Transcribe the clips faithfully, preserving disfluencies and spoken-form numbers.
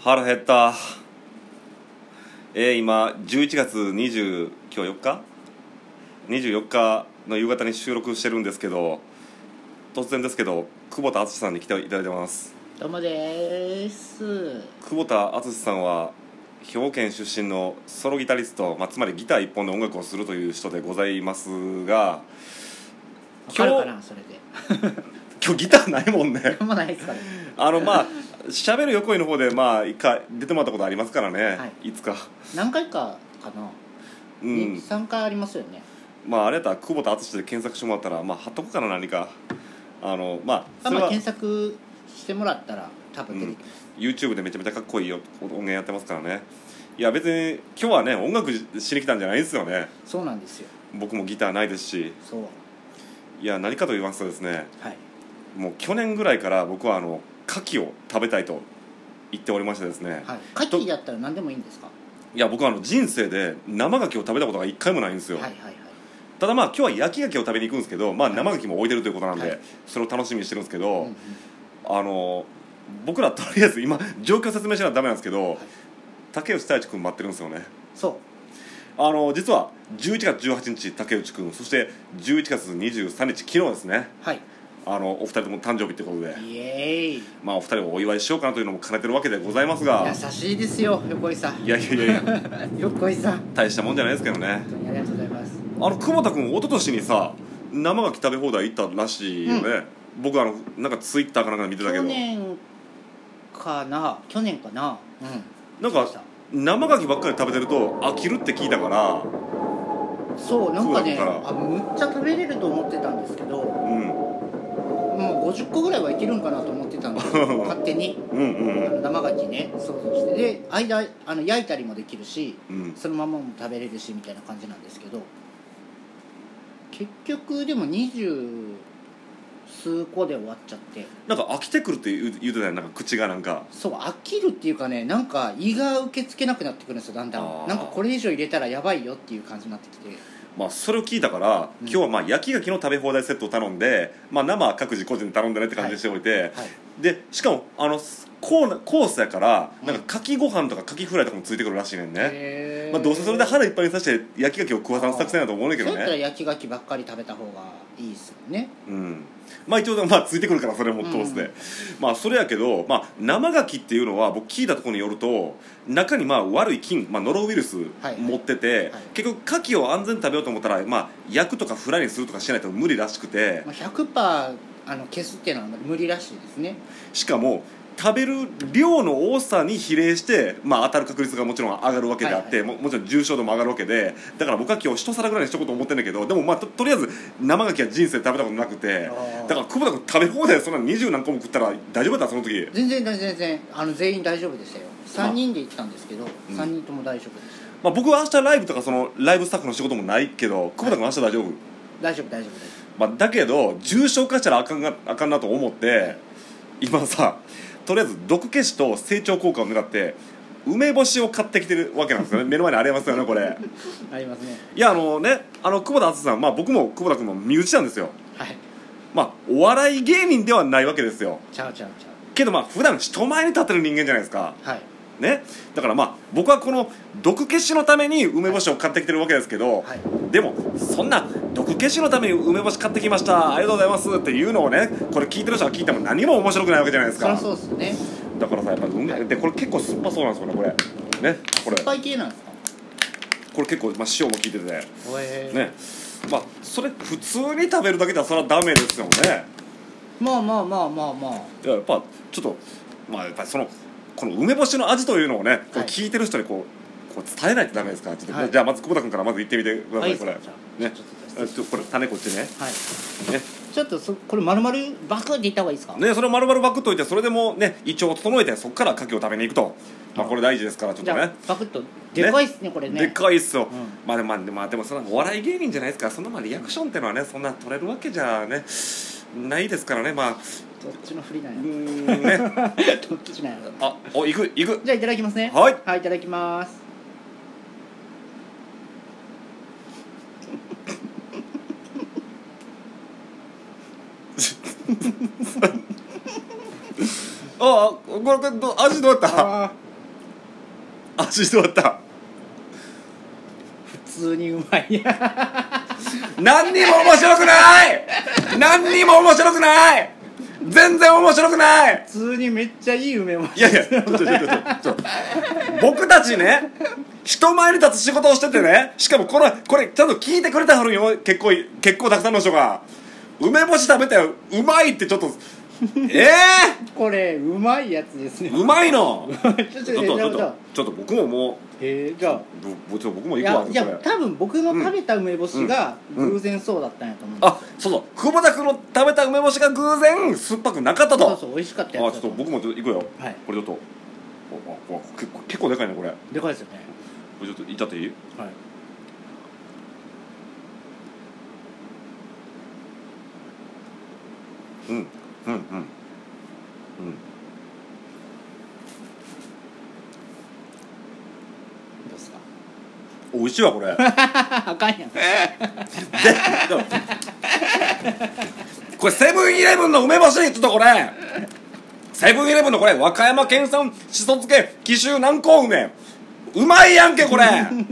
腹減った。えー、今じゅういちがつにじゅう今日よっかにじゅうよっかの夕方に収録してるんですけど、突然ですけど久保田敦さんに来ていただいてます。 どうもです。 久保田敦さんは兵庫県出身のソロギタリスト、まあ、つまりギター一本で音楽をするという人でございますが、 分かるかなそれで今日ギターないもんねなんもないですかね。 あのまあ喋る横井の方でまあ一回出てもらったことありますからね、はい、いつか何回かかな、うん、さんかいありますよね。 まああれやったら久保田敦で検索してもらったらまあ貼っとくかな、何かあのまあそれは、 まあ、検索してもらったら多分出てきます、 うん、YouTube でめちゃめちゃかっこいいよ音源やってますからね。いや別に今日はね音楽しに来たんじゃないんですよね。 そうなんですよ。 僕もギターないですし。 そういや何かと言いますとですね、 はい、 もう去年ぐらいから僕はあの牡蠣を食べたいと言っておりましてですね、 はい、牡蠣だったら何でもいいんですか？ いや僕はあの人生で生牡蠣を食べたことが一回もないんですよ、 はいはいはい、 ただまあ今日は焼き牡蠣を食べに行くんですけど、まあ、生牡蠣も置いてるということなんで、 はい、 それを楽しみにしてるんですけど、うんうん、あの僕らとりあえず今状況説明しないとダメなんですけど、はい、竹内太一君待ってるんですよね。 そうあの実はじゅういちがつじゅうはちにち竹内君、そしてじゅういちがつにじゅうさんにち昨日ですね、はい、あのお二人とも誕生日ということで、 イエーイ、 まあお二人をお祝いしようかなというのも兼ねてるわけでございますが、 優しいですよ横井さん。 いやいやいやいや横井さん大したもんじゃないですけどね。 本当にありがとうございます。 あの久保田君一昨年にさ生牡蠣食べ放題行ったらしいよね、うん、僕あのなんかツイッターかなんかで見てたけど、 去年かな去年かな、 うん、なんか生牡蠣ばっかり食べてると飽きるって聞いたから、 そうなんかねあむっちゃ食べれると思ってたんですけど、うん、もうごじゅっこぐらいはいけるんかなと思ってたんですよ勝手にうん、うん、あの生牡蠣ね想像して、で間あの焼いたりもできるし、うん、そのままも食べれるしみたいな感じなんですけど、結局でも二十数個で終わっちゃって、 なんか飽きてくるって言うてたよ、なんか口がなんかそう飽きるっていうかね、なんか胃が受け付けなくなってくるんですよだんだん。なんかこれ以上入れたらやばいよっていう感じになってきて、 まあそれを聞いたから、うん、今日はまあ焼き牡蠣の食べ放題セットを頼んで、まあ、生は各自個人で頼んでねって感じにしておいて、はいはい、でしかもあのコー, コースやからなんか牡蠣ご飯とか牡蠣フライとかもついてくるらしいねんね、まあ、どうせそれで腹いっぱいにさせて焼き牡蠣を食わさん作戦だと思うんだけどね。 そうやったら焼き牡蠣ばっかり食べた方がいいですよね。うん、 まあ一応まあついてくるからそれも通して、うん、まあそれやけど、まあ、生牡蠣っていうのは僕聞いたところによると中にまあ悪い菌、まあ、ノロウイルス持ってて、はいはいはい、結局牡蠣を安全に食べようと思ったら、まあ、焼くとかフライにするとかしないと無理らしくて、 まあ、ひゃくパーセント あの消すっていうのは無理らしいですね。 しかも食べる量の多さに比例して、まあ、当たる確率がもちろん上がるわけであって、はいはい、も, もちろん重症度も上がるわけで、だから僕は今日一皿ぐらいにしとこうと思ってるんだけど、でもまあ と, とりあえず生牡蠣は人生で食べたことなくて、だから久保田君食べ放題そんな二十何個も食ったら大丈夫だったその時。 全然全然あの全員大丈夫でしたよ。さんにんで行ったんですけど、まあ、さんにんとも大丈夫でした、 まあ、僕は明日ライブとかそのライブスタッフの仕事もないけど久保田君明日大丈夫、はい、 大丈夫大丈夫です、 まあ、だけど重症化したらあかんがあかんなと思って、はい、今さとりあえず毒消しと成長効果を狙って梅干しを買ってきてるわけなんですよね目の前にありますよねこれありますね。 いやあのねあの久保田敦さん、まあ、僕も久保田君も身内なんですよ。はい、まあお笑い芸人ではないわけですよ。 ちゃうちゃうちゃうけどまあ普段人前に立ってる人間じゃないですか。はいね、だからまあ僕はこの毒消しのために梅干しを買ってきてるわけですけど、はい、でもそんな毒消しのために梅干し買ってきましたありがとうございますっていうのをねこれ聞いてる人が聞いても何も面白くないわけじゃないですか。 そりゃそうですね。 だからさやっぱり、はい、でこれ結構酸っぱそうなんですよねこれね。これ酸っぱい系なんですか？これ結構、まあ、塩も効いててねね、まあそれ普通に食べるだけではそれはダメですよね。 まあまあまあまあまあいややっぱちょっとまあやっぱりそのこの梅干しの味というのをね、はい、これ聞いてる人にこう、こう伝えないとダメですから、ちょっと、はい、じゃあまず久保田君からまず言ってみてください、はい、これねちょこれ種こっちね、はい、ねちょっとそこれ丸々バクっていった方がいいですかね。それを丸々バクっといてそれでもね胃腸を整えてそこから牡蠣を食べに行くと、まあ、これ大事ですからちょっとねバクっとでかいっすねこれね。 でかいっすよ、うん、まあでも、まあ、まあ、でもそんなお笑い芸人じゃないですからそんなまあリアクションってのはねそんな取れるわけじゃねないですからね。まあどっちの振りなんやうーんねどっちなんやあお行く行くじゃあいただきますね。 はい、 はい、いただきますああこれ味どうやった？ あ味どうだった？ 普通にうまい何にも面白くない何にも面白くない全然面白くない。 普通にめっちゃいい梅干し。 いやいやちょちょちょちょちょ僕たちね人前に立つ仕事をしててね、しかもこれこれちゃんと聞いてくれたはるよ。結構結構たくさんの人が梅干し食べてうまいってちょっとええー、 これうまいやつですね。 うまいのちょっとちょっとちょっとちょっと僕ももうえー、じゃあぼちょ僕も行くわ。 いやいや多分僕の食べた梅干しが偶然そうだったんやと思うんです、 うんうん、あそうそう久保田君の食べた梅干しが偶然酸っぱくなかったと。 そうそう美味しかったやつだと。 あちょっと僕も行くよ、はい、これちょっとおお結構結構でかいねこれ。 でかいですよね。 これちょっといっちゃっていい？ はい。 うんうんうんうんどうすか？ 美味しいわこれあかんやんでこれセブンイレブンの梅干しちょっとこれセブンイレブンのこれ和歌山県産しそ漬け紀州南高梅うまいやんけこれ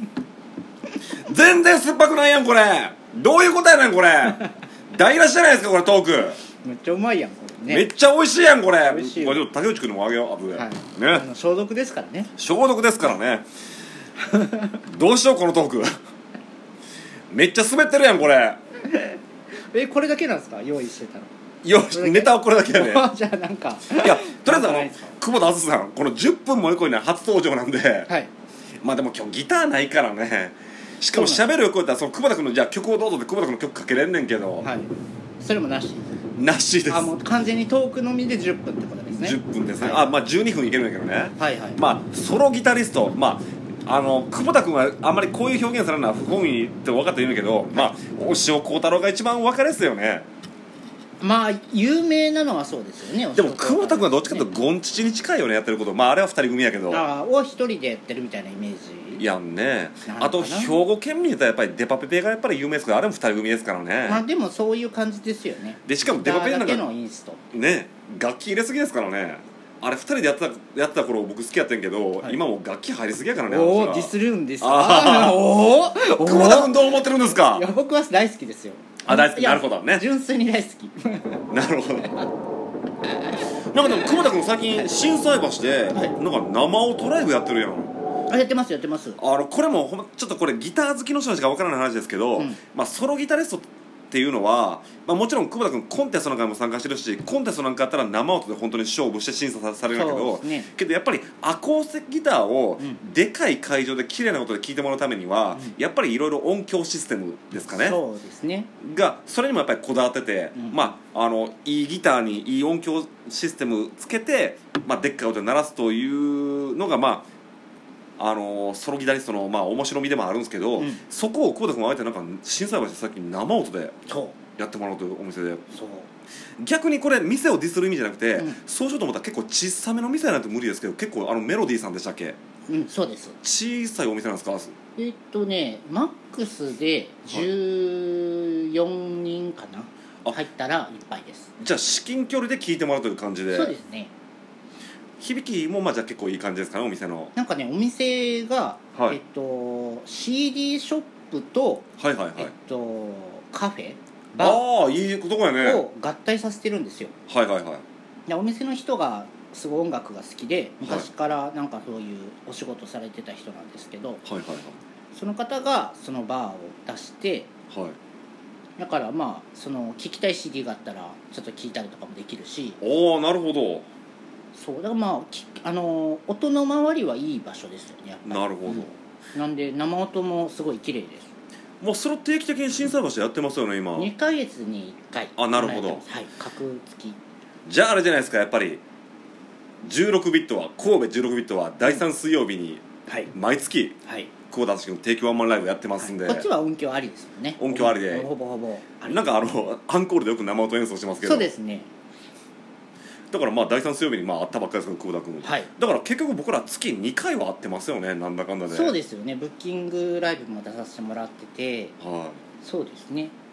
全然酸っぱくないやんこれ。どういうことやねんこれ台無しじゃないですかこれトーク。 めっちゃうまいやんこれ、ね、 めっちゃ美味しいやんこれ。 美味しい。 これちょっと竹内君にもあげよう後で、はい、 ね、消毒ですからね。 消毒ですからねどうしようこのトークめっちゃ滑ってるやんこれえこれだけなんですか用意してたの？ よしネタはこれだけやねじゃあなんかいやとりあえずあの久保田敦さんこのじゅっぷんも横には初登場なんで、はい、まあでも今日ギターないからね。しかも喋る横やったらその久保田君のじゃあ曲をどうぞって久保田君の曲かけれんねんけど、はい、 それもなしなしです。 あもう完全にトークのみでじゅっぷんってことですね。 じゅっぷんですね、 はい、 あまあじゅうにふんいけるんだけどね。 はいはい。 まあソロギタリストまああの久保田君はあんまりこういう表現されるのは不本意って分かっているんだけど、はい、まあ押尾幸太郎が一番分かりやすいよね。 まあ有名なのはそうですよね。 でも久保田君はどっちかというとゴンチチに近いよねやってること。まああれはふたり組やけどあを一人でやってるみたいなイメージやんね。あと兵庫県民だったらやっぱりデパペペがやっぱり有名ですけどあれもふたり組ですからね。 まあでもそういう感じですよね。 でしかもデパペペなんかのインストね楽器入れすぎですからね。あれふたりでやってたやってた頃僕好きやったんけど、はい、今もう楽器入りすぎやからね。 おおディスるんですか？おお久保田君どう思ってるんですか？ いや僕は大好きですよ。 あ大好きなるほどね。 純粋に大好きなるほどなんかでも久保田君最近心斎橋で、はい、なんか生音ライブやってるやん。 あやってますやってます。 あのこれもほんちょっとこれギター好きの人しか分からない話ですけど、うん、まあソロギタリストっていうのは、まあ、もちろん久保田君コンテストなんかにも参加してるしコンテストなんかあったら生音で本当に勝負して審査されるんだけど、ね、けどやっぱりアコースティックギターをでかい会場で綺麗な音で聴いてもらうためには、うん、やっぱりいろいろ音響システムですかね。 そうですねがそれにもやっぱりこだわってて、うん、まああのいいギターにいい音響システムつけて、まあ、でっかい音で鳴らすというのがまああのソロギタリストのまあ面白みでもあるんですけど、うん、そこを久保田君はあえてなんか心斎橋でさっき生音でやってもらうというお店で、そう逆にこれ店をディスる意味じゃなくて、うん、そうしようと思ったら結構小さめの店なんて無理ですけど結構あのメロディーさんでしたっけ？ うんそうです。 小さいお店なんですか？ えっとねマックスでじゅうよにんかな、はい、入ったらいっぱいです。 じゃあ至近距離で聴いてもらうという感じで。 そうですね。 響きもまあじゃあ結構いい感じですかねお店の。 なんかねお店が、はい、えっと シーディー ショップと、はいはいはい、えっとカフェバーああいいとこやねを合体させてるんですよ。 はいはいはい。 でお店の人がすごい音楽が好きで昔からなんかそういうお仕事されてた人なんですけど、はいはいはい、その方がそのバーを出して、はい、だからまあその聴きたい シーディー があったらちょっと聴いたりとかもできるし。 おおなるほど。 そうだからまあ、あの音の周りはいい場所ですよねやっぱり。 なるほど、 うん、なんで生音もすごい綺麗です。 もうそれ定期的に心斎橋でやってますよね今。 にかげつにいっかい。 あなるほど。はい格付き。 じゃああれじゃないですかやっぱりじゅうろくビットは神戸じゅうろくビットはだいさん水曜日に毎月、はい、久保田敦君の定期ワンマンライブやってますんで、 はい、こっちは音響ありですもんね。 音響ありでほぼほぼあり。 なんかあのアンコールでよく生音演奏してますけど。 そうですね。 だからまあだいさん水曜日にまあ会ったばっかりですけど久保田君、はい、だから結局僕ら月にかいは会ってますよねなんだかんだで。 そうですよね。ブッキングライブも出させてもらってて、はい、そうですね。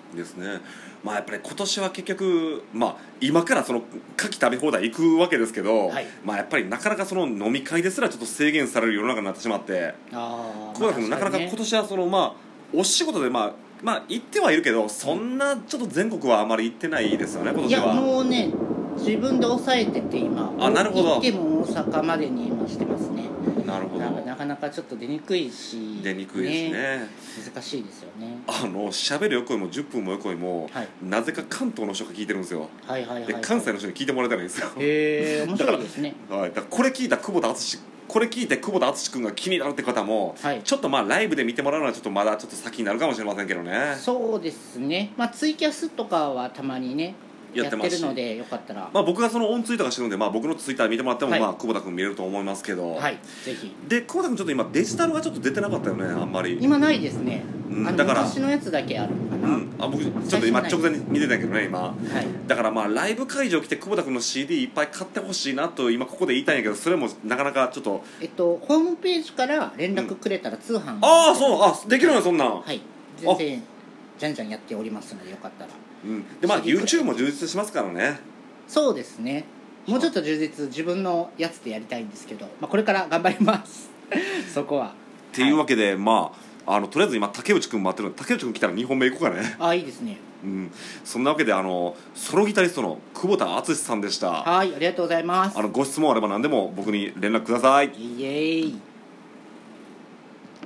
ですね。まあやっぱり今年は結局、まあ、今からその牡蠣食べ放題行くわけですけど、はい、まあやっぱりなかなかその飲み会ですらちょっと制限される世の中になってしまって、あ久保田君もなかなか今年はそのまあお仕事でまあまあ行ってはいるけど、そんなちょっと全国はあまり行ってないですよね今年は。 いやもうね自分で抑えてて今あなるほど行っても大阪までに今してますね。 なるほど。 なかなかちょっと出にくいし出にくいですね、ね難しいですよね。 あの喋る横井もじゅっぷんも横井も、はい、なぜか関東の人が聞いてるんですよ、 はいはいはいはい、 で関西の人に聞いてもらえたらいいんですよ。 へえ面白いですね。 だから、はい、だからこれ聞いた久保田敦これ聞いて久保田敦君が気になるって方も、はい、ちょっとまあライブで見てもらうのはちょっとまだちょっと先になるかもしれませんけどね。 そうですね、まあ、ツイキャスとかはたまにねやってるのでよかったら、 まあ、僕がそのオンツイートがしてるので、まあ、僕のツイッター見てもらっても、はい、まあ、久保田君見れると思いますけど、 はい、ぜひ。で久保田君ちょっと今デジタルがちょっと出てなかったよねあんまり。 今ないですね、うん、 だから昔のやつだけあるのかな、うん、 あ僕ちょっと今直前に見てたけどね今、はい、だからまあライブ会場来て久保田君の シーディー いっぱい買ってほしいなと今ここで言いたいんやけど、それもなかなかちょっとえっとホームページから連絡くれたら通販、うん、 ああそうあできるのよそんなん。 はい全然じゃんじゃんやっておりますのでよかったら。 うん、でまあ YouTube も充実しますからね。 そうですね、もうちょっと充実自分のやつでやりたいんですけど、まあ、これから頑張りますそこは。 っていうわけで、はい、まああのとりあえず今竹内くん待ってるので竹内くん来たらにほんめ行こうかね。 あいいですね、 うん、そんなわけであのソロギタリストの久保田敦さんでした。 はいありがとうございます。 あのご質問あれば何でも僕に連絡ください。 イエーイ。